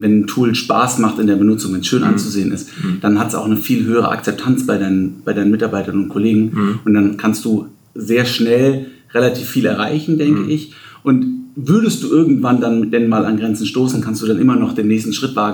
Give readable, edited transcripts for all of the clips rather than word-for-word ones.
wenn ein Tool Spaß macht in der Benutzung, wenn es schön anzusehen ist, dann hat es auch eine viel höhere Akzeptanz bei deinen Mitarbeitern und Kollegen. Und dann kannst du sehr schnell relativ viel erreichen, denke ich. Und würdest du irgendwann dann denn mal an Grenzen stoßen, kannst du dann immer noch den nächsten Schritt wagen.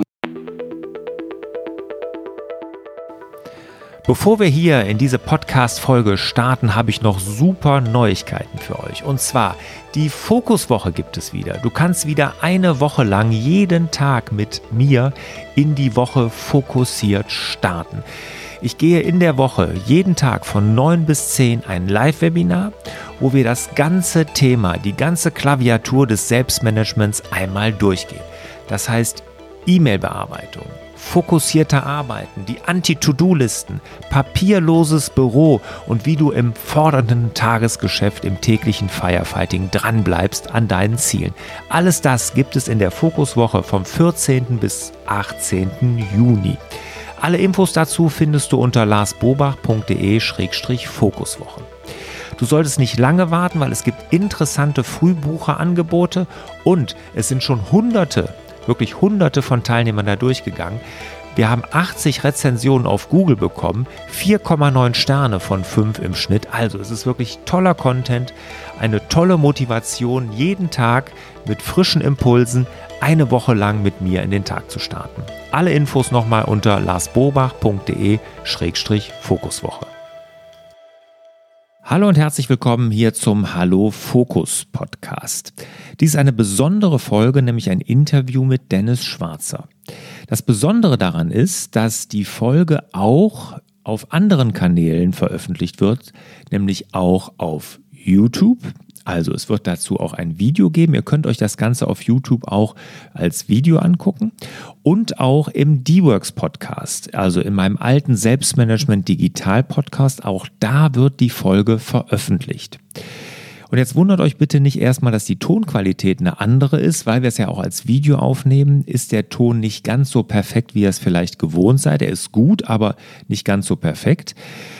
Bevor wir hier in diese Podcast-Folge starten, habe ich noch super Neuigkeiten für euch. Und zwar, die Fokuswoche gibt es wieder. Du kannst wieder eine Woche lang jeden Tag mit mir in die Woche fokussiert starten. Ich gehe in der Woche jeden Tag von 9 bis 10 ein Live-Webinar, wo wir das ganze Thema, die ganze Klaviatur des Selbstmanagements einmal durchgehen. Das heißt E-Mail-Bearbeitung, fokussierter Arbeiten, die Anti-To-Do-Listen, papierloses Büro und wie du im fordernden Tagesgeschäft im täglichen Firefighting dranbleibst an deinen Zielen. Alles das gibt es in der Fokuswoche vom 14. bis 18. Juni. Alle Infos dazu findest du unter larsbobach.de/Fokuswoche. Du solltest nicht lange warten, weil es gibt interessante Frühbucherangebote und es sind schon wirklich hunderte von Teilnehmern da durchgegangen. Wir haben 80 Rezensionen auf Google bekommen, 4,9 Sterne von 5 im Schnitt. Also es ist wirklich toller Content, eine tolle Motivation, jeden Tag mit frischen Impulsen eine Woche lang mit mir in den Tag zu starten. Alle Infos nochmal unter larsbobach.de/Fokuswoche. Hallo und herzlich willkommen hier zum Hallo Fokus Podcast. Dies ist eine besondere Folge, nämlich ein Interview mit Dennis Schwarzer. Das Besondere daran ist, dass die Folge auch auf anderen Kanälen veröffentlicht wird, nämlich auch auf YouTube. Also es wird dazu auch ein Video geben. Ihr könnt euch das Ganze auf YouTube auch als Video angucken und auch im D-Works Podcast, also in meinem alten Selbstmanagement Digital Podcast. Auch da wird die Folge veröffentlicht. Und jetzt wundert euch bitte nicht erstmal, dass die Tonqualität eine andere ist, weil wir es ja auch als Video aufnehmen, ist der Ton nicht ganz so perfekt, wie ihr es vielleicht gewohnt seid. Er ist gut, aber nicht ganz so perfekt.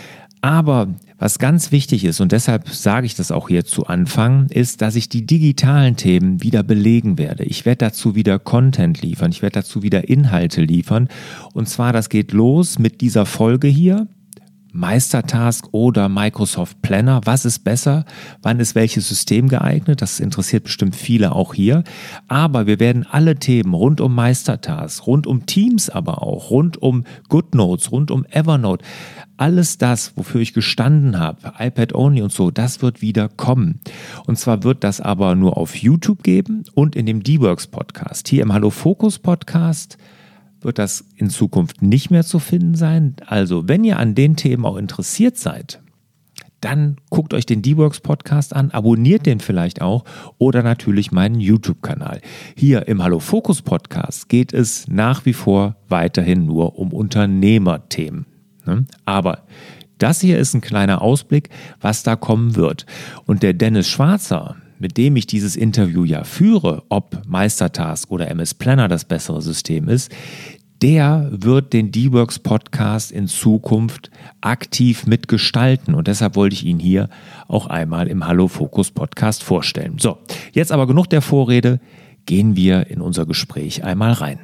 Aber was ganz wichtig ist, und deshalb sage ich das auch hier zu Anfang, ist, dass ich die digitalen Themen wieder belegen werde. Ich werde dazu wieder Content liefern, ich werde dazu wieder Inhalte liefern. Und zwar, das geht los mit dieser Folge hier. Meistertask oder Microsoft Planner. Was ist besser? Wann ist welches System geeignet? Das interessiert bestimmt viele auch hier. Aber wir werden alle Themen rund um Meistertask, rund um Teams aber auch, rund um GoodNotes, rund um Evernote, alles das, wofür ich gestanden habe, iPad Only und so, das wird wieder kommen. Und zwar wird das aber nur auf YouTube geben und in dem D-Works Podcast. Hier im Hallo Fokus Podcast wird das in Zukunft nicht mehr zu finden sein. Also, wenn ihr an den Themen auch interessiert seid, dann guckt euch den D-Works Podcast an, abonniert den vielleicht auch oder natürlich meinen YouTube-Kanal. Hier im Hallo Fokus Podcast geht es nach wie vor weiterhin nur um Unternehmerthemen. Aber das hier ist ein kleiner Ausblick, was da kommen wird. Und der Dennis Schwarzer, mit dem ich dieses Interview ja führe, ob Meistertask oder MS Planner das bessere System ist, der wird den D-Works Podcast in Zukunft aktiv mitgestalten. Und deshalb wollte ich ihn hier auch einmal im Hallo Fokus Podcast vorstellen. So, jetzt aber genug der Vorrede, gehen wir in unser Gespräch einmal rein.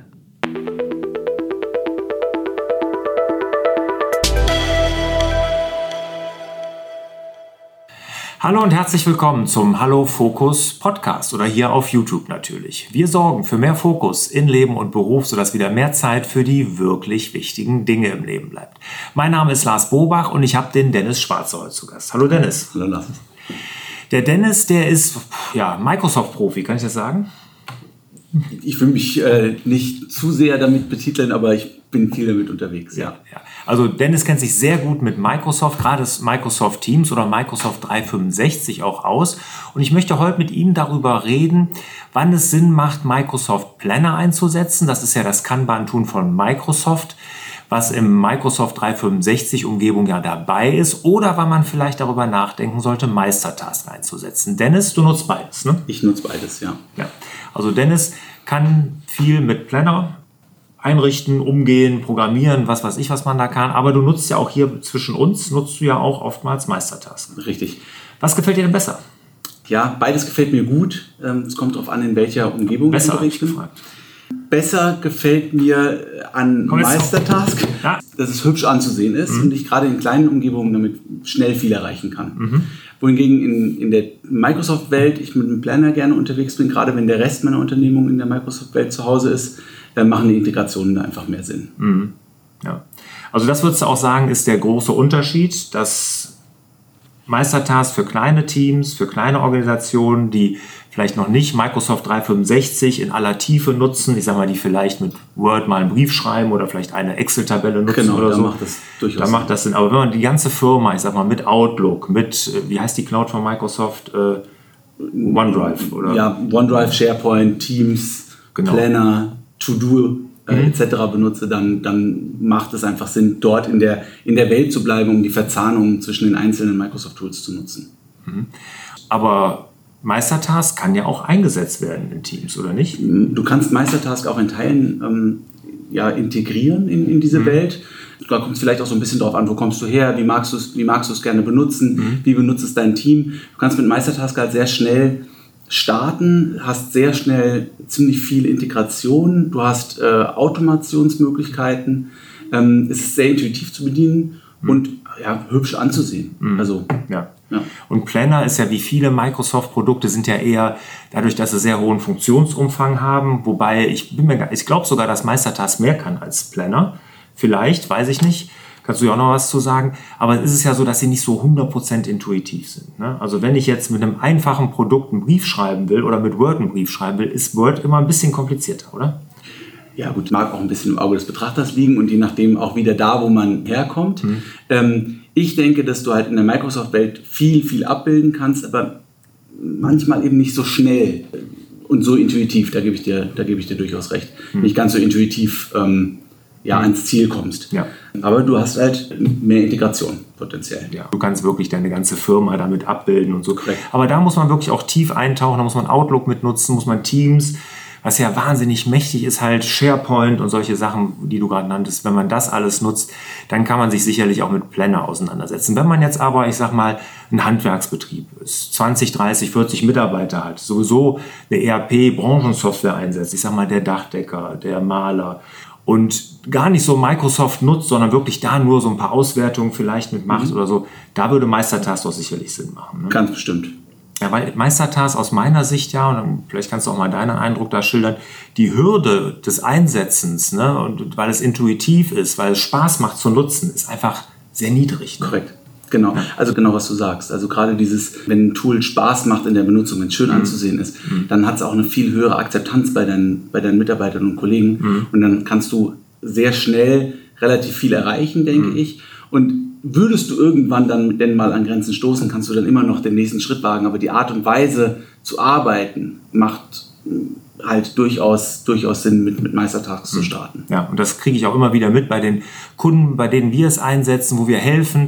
Hallo und herzlich willkommen zum Hallo Fokus Podcast oder hier auf YouTube natürlich. Wir sorgen für mehr Fokus in Leben und Beruf, sodass wieder mehr Zeit für die wirklich wichtigen Dinge im Leben bleibt. Mein Name ist Lars Bobach und ich habe den Dennis Schwarzer heute zu Gast. Hallo Dennis. Hallo Lars. Der Dennis, der ist Microsoft-Profi, kann ich das sagen? Ich will mich nicht zu sehr damit betiteln, aber ich bin viel damit unterwegs. Ja. Also Dennis kennt sich sehr gut mit Microsoft, gerade das Microsoft Teams oder Microsoft 365 auch aus. Und ich möchte heute mit ihm darüber reden, wann es Sinn macht, Microsoft Planner einzusetzen. Das ist ja das Kanban-Tool von Microsoft, was im Microsoft 365-Umgebung ja dabei ist. Oder wann man vielleicht darüber nachdenken sollte, Meistertask einzusetzen. Dennis, du nutzt beides, ne? Ich nutze beides, ja. Also Dennis kann viel mit Planner einrichten, umgehen, programmieren, was weiß ich, was man da kann. Aber du nutzt ja auch hier zwischen uns, nutzt du ja auch oftmals Meistertask. Richtig. Was gefällt dir denn besser? Ja, beides gefällt mir gut. Es kommt darauf an, in welcher Umgebung besser, ich unterwegs bin. Besser gefällt mir an Meistertask, dass es hübsch anzusehen ist und ich gerade in kleinen Umgebungen damit schnell viel erreichen kann. Wohingegen in der Microsoft-Welt ich mit einem Planner gerne unterwegs bin, gerade wenn der Rest meiner Unternehmung in der Microsoft-Welt zu Hause ist, machen die Integrationen da einfach mehr Sinn. Ja. Also das würdest du auch sagen, ist der große Unterschied, dass Meistertask für kleine Teams, für kleine Organisationen, die vielleicht noch nicht Microsoft 365 in aller Tiefe nutzen, ich sag mal, die vielleicht mit Word mal einen Brief schreiben oder vielleicht eine Excel-Tabelle nutzen oder so. Macht das durchaus da macht das Sinn. Aber wenn man die ganze Firma, ich sag mal, mit Outlook, mit, wie heißt die Cloud von Microsoft? OneDrive, oder? Ja, OneDrive, SharePoint, Teams, Planner, To-Do etc. benutze, dann macht es einfach Sinn, dort in der Welt zu bleiben, um die Verzahnung zwischen den einzelnen Microsoft-Tools zu nutzen. Aber Meistertask kann ja auch eingesetzt werden in Teams, oder nicht? Du kannst Meistertask auch in Teilen integrieren in diese Welt. Da kommt es vielleicht auch so ein bisschen drauf an, wo kommst du her, wie magst du es gerne benutzen, wie benutzt es dein Team. Du kannst mit Meistertask halt sehr schnell starten, hast sehr schnell ziemlich viel Integration, du hast Automationsmöglichkeiten, es ist sehr intuitiv zu bedienen und hübsch anzusehen. Also, ja. Und Planner ist ja wie viele Microsoft-Produkte sind ja eher dadurch, dass sie sehr hohen Funktionsumfang haben, wobei ich glaube sogar, dass Meistertask mehr kann als Planner. Vielleicht, weiß ich nicht. Kannst du ja auch noch was zu sagen. Aber es ist ja so, dass sie nicht so 100% intuitiv sind. Ne? Also wenn ich jetzt mit einem einfachen Produkt einen Brief schreiben will oder mit Word einen Brief schreiben will, ist Word immer ein bisschen komplizierter, oder? Ja gut, mag auch ein bisschen im Auge des Betrachters liegen und je nachdem auch wieder da, wo man herkommt. Ich denke, dass du halt in der Microsoft-Welt viel abbilden kannst, aber manchmal eben nicht so schnell und so intuitiv. Da gebe ich dir durchaus recht. Nicht ganz so intuitiv ans Ziel kommst. Ja. Aber du hast halt mehr Integration potenziell. Ja, du kannst wirklich deine ganze Firma damit abbilden und so. Korrekt. Aber da muss man wirklich auch tief eintauchen, da muss man Outlook mitnutzen, muss man Teams, was ja wahnsinnig mächtig ist, halt SharePoint und solche Sachen, die du gerade nanntest. Wenn man das alles nutzt, dann kann man sich sicherlich auch mit Planner auseinandersetzen. Wenn man jetzt aber, ich sag mal, ein Handwerksbetrieb ist, 20, 30, 40 Mitarbeiter hat, sowieso eine ERP-Branchensoftware einsetzt, ich sag mal der Dachdecker, der Maler, und gar nicht so Microsoft nutzt, sondern wirklich da nur so ein paar Auswertungen vielleicht mitmacht oder so, da würde Meistertask doch sicherlich Sinn machen. Ne? Ganz bestimmt. Ja, weil Meistertask aus meiner Sicht ja, und vielleicht kannst du auch mal deinen Eindruck da schildern, die Hürde des Einsetzens, ne, und weil es intuitiv ist, weil es Spaß macht zu nutzen, ist einfach sehr niedrig. Ne? Korrekt. Genau, also genau, was du sagst. Also gerade wenn ein Tool Spaß macht in der Benutzung, wenn es schön anzusehen ist, dann hat es auch eine viel höhere Akzeptanz bei deinen Mitarbeitern und Kollegen. Und dann kannst du sehr schnell relativ viel erreichen, denke ich. Und würdest du irgendwann dann denn mal an Grenzen stoßen, kannst du dann immer noch den nächsten Schritt wagen. Aber die Art und Weise zu arbeiten macht halt durchaus Sinn, mit Meistertask zu starten. Ja, und das kriege ich auch immer wieder mit bei den Kunden, bei denen wir es einsetzen, wo wir helfen,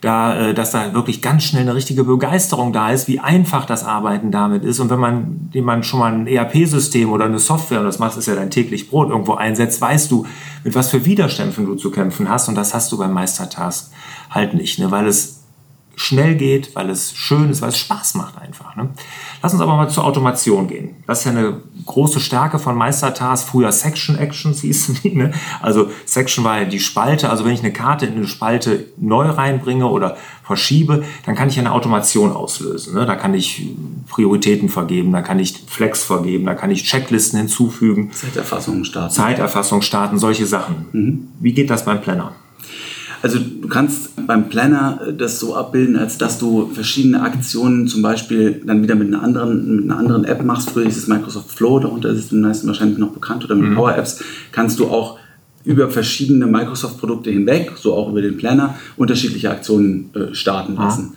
dass da wirklich ganz schnell eine richtige Begeisterung da ist, wie einfach das Arbeiten damit ist. Und wenn man schon mal ein ERP-System oder eine Software, und das machst, ist ja dein täglich Brot, irgendwo einsetzt, weißt du, mit was für Widerständen du zu kämpfen hast. Und das hast du beim Meistertask halt nicht, ne? Weil es schnell geht, weil es schön ist, weil es Spaß macht einfach. Ne? Lass uns aber mal zur Automation gehen. Das ist ja eine große Stärke von Meistertask. Früher Section Actions hießen die. Ne? Also Section war ja die Spalte. Also wenn ich eine Karte in eine Spalte neu reinbringe oder verschiebe, dann kann ich eine Automation auslösen. Ne? Da kann ich Prioritäten vergeben, da kann ich Flex vergeben, da kann ich Checklisten hinzufügen. Zeiterfassung starten, solche Sachen. Wie geht das beim Planner? Also du kannst beim Planner das so abbilden, als dass du verschiedene Aktionen zum Beispiel dann wieder mit einer anderen App machst. Früher hieß es Microsoft Flow, darunter ist es den meisten wahrscheinlich noch bekannt, oder mit Power Apps kannst du auch über verschiedene Microsoft-Produkte hinweg, so auch über den Planner, unterschiedliche Aktionen starten lassen.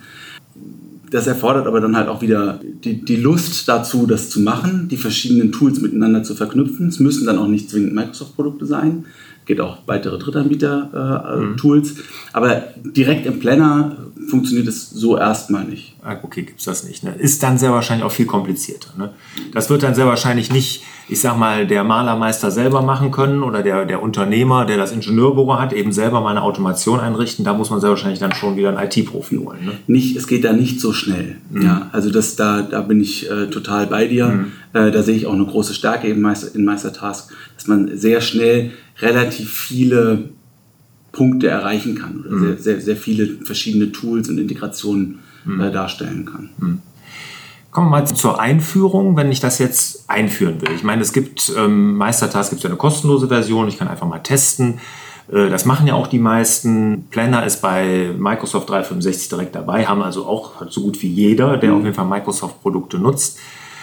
Das erfordert aber dann halt auch wieder die Lust dazu, das zu machen, die verschiedenen Tools miteinander zu verknüpfen. Es müssen dann auch nicht zwingend Microsoft-Produkte sein. Geht auch weitere Drittanbieter-Tools. Aber direkt im Planner funktioniert es so erstmal nicht. Okay, gibt es das nicht. Ne? Ist dann sehr wahrscheinlich auch viel komplizierter. Ne? Das wird dann sehr wahrscheinlich nicht, ich sag mal, der Malermeister selber machen können oder der Unternehmer, der das Ingenieurbüro hat, eben selber mal eine Automation einrichten. Da muss man sehr wahrscheinlich dann schon wieder einen IT-Profi holen. Ne? Es geht da nicht so schnell. Ja, also da bin ich total bei dir. Da sehe ich auch eine große Stärke in Meistertask, dass man sehr schnell relativ viele Punkte erreichen kann oder sehr, sehr viele verschiedene Tools und Integrationen darstellen kann. Kommen wir mal zur Einführung, wenn ich das jetzt einführen will. Ich meine, es gibt Meistertask, gibt es ja eine kostenlose Version, ich kann einfach mal testen. Das machen ja auch die meisten. Planner ist bei Microsoft 365 direkt dabei, haben also auch so gut wie jeder, der auf jeden Fall Microsoft-Produkte nutzt.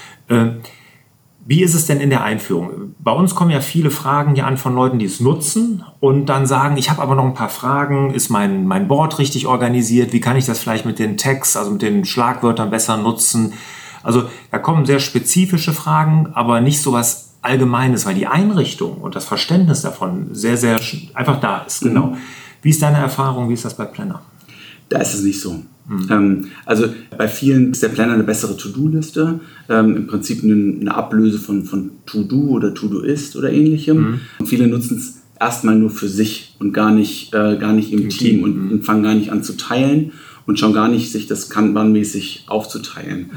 Wie ist es denn in der Einführung? Bei uns kommen ja viele Fragen hier an von Leuten, die es nutzen und dann sagen, ich habe aber noch ein paar Fragen. Ist mein Board richtig organisiert? Wie kann ich das vielleicht mit den Tags, also mit den Schlagwörtern besser nutzen? Also da kommen sehr spezifische Fragen, aber nicht so was Allgemeines, weil die Einrichtung und das Verständnis davon sehr, sehr einfach da ist. Genau. Wie ist deine Erfahrung? Wie ist das bei Planner? Da ist es nicht so. Also bei vielen ist der Planner eine bessere To-Do-Liste, im Prinzip eine Ablöse von To-Do oder To-Do-Ist oder ähnlichem. Und viele nutzen es erstmal nur für sich und gar nicht im Team und fangen gar nicht an zu teilen und schon gar nicht sich das Kanban-mäßig aufzuteilen.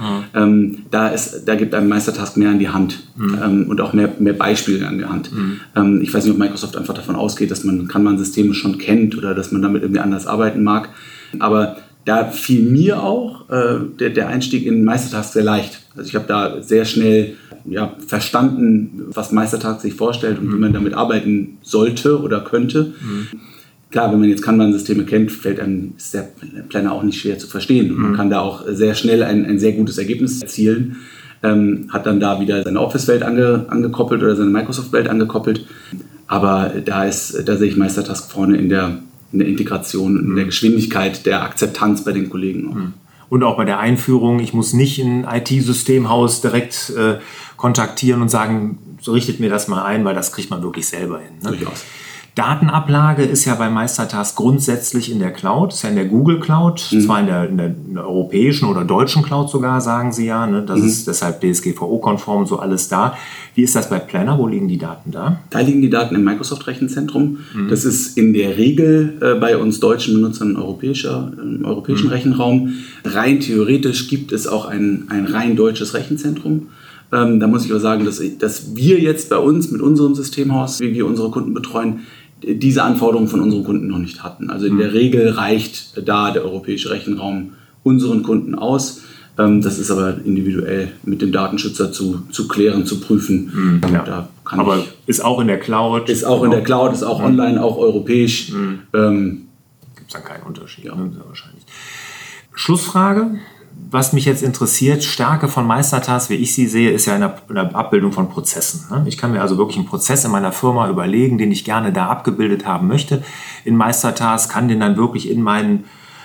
Da gibt einem Meistertask mehr an die Hand und auch mehr Beispiele an die Hand. Ich weiß nicht, ob Microsoft einfach davon ausgeht, dass man Kanban-Systeme schon kennt oder dass man damit irgendwie anders arbeiten mag. Aber da fiel mir auch der Einstieg in Meistertask sehr leicht. Also ich habe da sehr schnell verstanden, was Meistertask sich vorstellt und wie man damit arbeiten sollte oder könnte. Klar, wenn man jetzt Kanban-Systeme kennt, ist der Planner auch nicht schwer zu verstehen. Und man kann da auch sehr schnell ein sehr gutes Ergebnis erzielen. Hat dann da wieder seine Office-Welt angekoppelt oder seine Microsoft-Welt angekoppelt. Aber da sehe ich Meistertask vorne in der Integration und in der Geschwindigkeit der Akzeptanz bei den Kollegen auch. Und auch bei der Einführung, ich muss nicht ein IT-Systemhaus direkt kontaktieren und sagen, so richtet mir das mal ein, weil das kriegt man wirklich selber hin. Ne? Durchaus. Datenablage ist ja bei Meistertask grundsätzlich in der Cloud, ist ja in der Google Cloud, zwar in der europäischen oder deutschen Cloud sogar, sagen sie ja. Ne? Das ist deshalb DSGVO-konform, so alles da. Wie ist das bei Planner? Wo liegen die Daten da? Da liegen die Daten im Microsoft-Rechenzentrum. Das ist in der Regel bei uns deutschen Benutzern im europäischen Rechenraum. Rein theoretisch gibt es auch ein rein deutsches Rechenzentrum. Da muss ich aber sagen, dass wir jetzt bei uns mit unserem Systemhaus, wie wir unsere Kunden betreuen, diese Anforderungen von unseren Kunden noch nicht hatten. Also in der Regel reicht da der europäische Rechenraum unseren Kunden aus. Das ist aber individuell mit dem Datenschützer zu klären, zu prüfen. Da aber ist auch in der Cloud. Ist auch in der Cloud, ist auch online, auch europäisch. Gibt es dann keinen Unterschied, ne? Sehr wahrscheinlich. Schlussfrage. Was mich jetzt interessiert, Stärke von Meistertask, wie ich sie sehe, ist ja in der Abbildung von Prozessen. Ich kann mir also wirklich einen Prozess in meiner Firma überlegen, den ich gerne da abgebildet haben möchte. In Meistertask kann den dann wirklich in meinen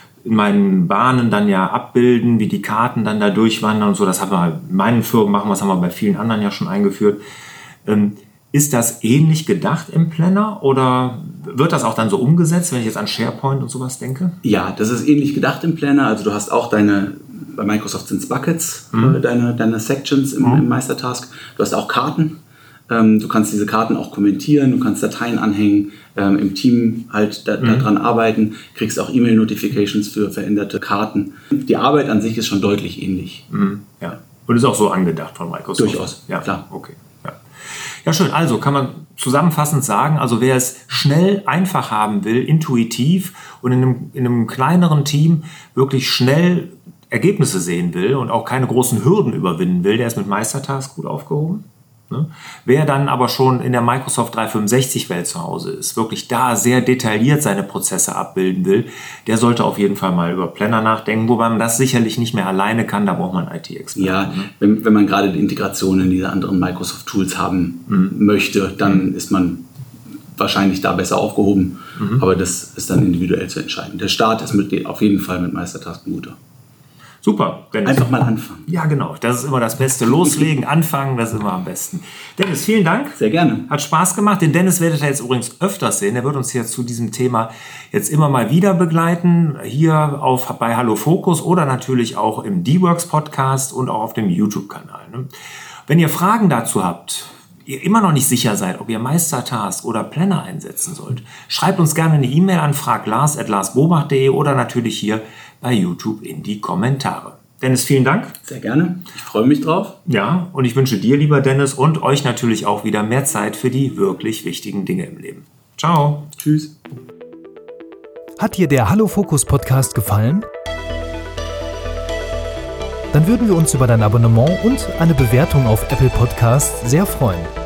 Bahnen dann ja abbilden, wie die Karten dann da durchwandern und so. Das haben wir in meinen Firmen machen, das haben wir bei vielen anderen ja schon eingeführt. Ist das ähnlich gedacht im Planner oder wird das auch dann so umgesetzt, wenn ich jetzt an SharePoint und sowas denke? Ja, das ist ähnlich gedacht im Planner. Also du hast auch bei Microsoft sind es Buckets, deine Sections im Meistertask. Du hast auch Karten. Du kannst diese Karten auch kommentieren, du kannst Dateien anhängen, im Team halt daran arbeiten, kriegst auch E-Mail-Notifications für veränderte Karten. Die Arbeit an sich ist schon deutlich ähnlich. Ja. Und ist auch so angedacht von Microsoft? Durchaus, ja, klar. Okay. Ja, schön. Also kann man zusammenfassend sagen, also wer es schnell, einfach haben will, intuitiv und in einem kleineren Team wirklich schnell Ergebnisse sehen will und auch keine großen Hürden überwinden will, der ist mit Meistertask gut aufgehoben. Ne? Wer dann aber schon in der Microsoft 365-Welt zu Hause ist, wirklich da sehr detailliert seine Prozesse abbilden will, der sollte auf jeden Fall mal über Planner nachdenken, wobei man das sicherlich nicht mehr alleine kann, da braucht man einen IT-Experten. Ja, wenn man gerade die Integration in diese anderen Microsoft-Tools haben möchte, dann ist man wahrscheinlich da besser aufgehoben, aber das ist dann individuell zu entscheiden. Der Start ist auf jeden Fall mit Meistertask ein guter. Super, Dennis. Einfach mal anfangen. Ja, genau. Das ist immer das Beste. Loslegen, anfangen, das ist immer am besten. Dennis, vielen Dank. Sehr gerne. Hat Spaß gemacht. Den Dennis werdet ihr jetzt übrigens öfters sehen. Der wird uns hier zu diesem Thema jetzt immer mal wieder begleiten. Hier bei Hallo Fokus oder natürlich auch im D-Works Podcast und auch auf dem YouTube-Kanal. Wenn ihr Fragen dazu habt, ihr immer noch nicht sicher seid, ob ihr Meistertask oder Planner einsetzen sollt, schreibt uns gerne eine E-Mail an fraglars@larsbobach.de oder natürlich hier bei YouTube in die Kommentare. Dennis, vielen Dank. Sehr gerne. Ich freue mich drauf. Ja, und ich wünsche dir, lieber Dennis, und euch natürlich auch wieder mehr Zeit für die wirklich wichtigen Dinge im Leben. Ciao. Tschüss. Hat dir der Hallo Fokus Podcast gefallen? Dann würden wir uns über dein Abonnement und eine Bewertung auf Apple Podcasts sehr freuen.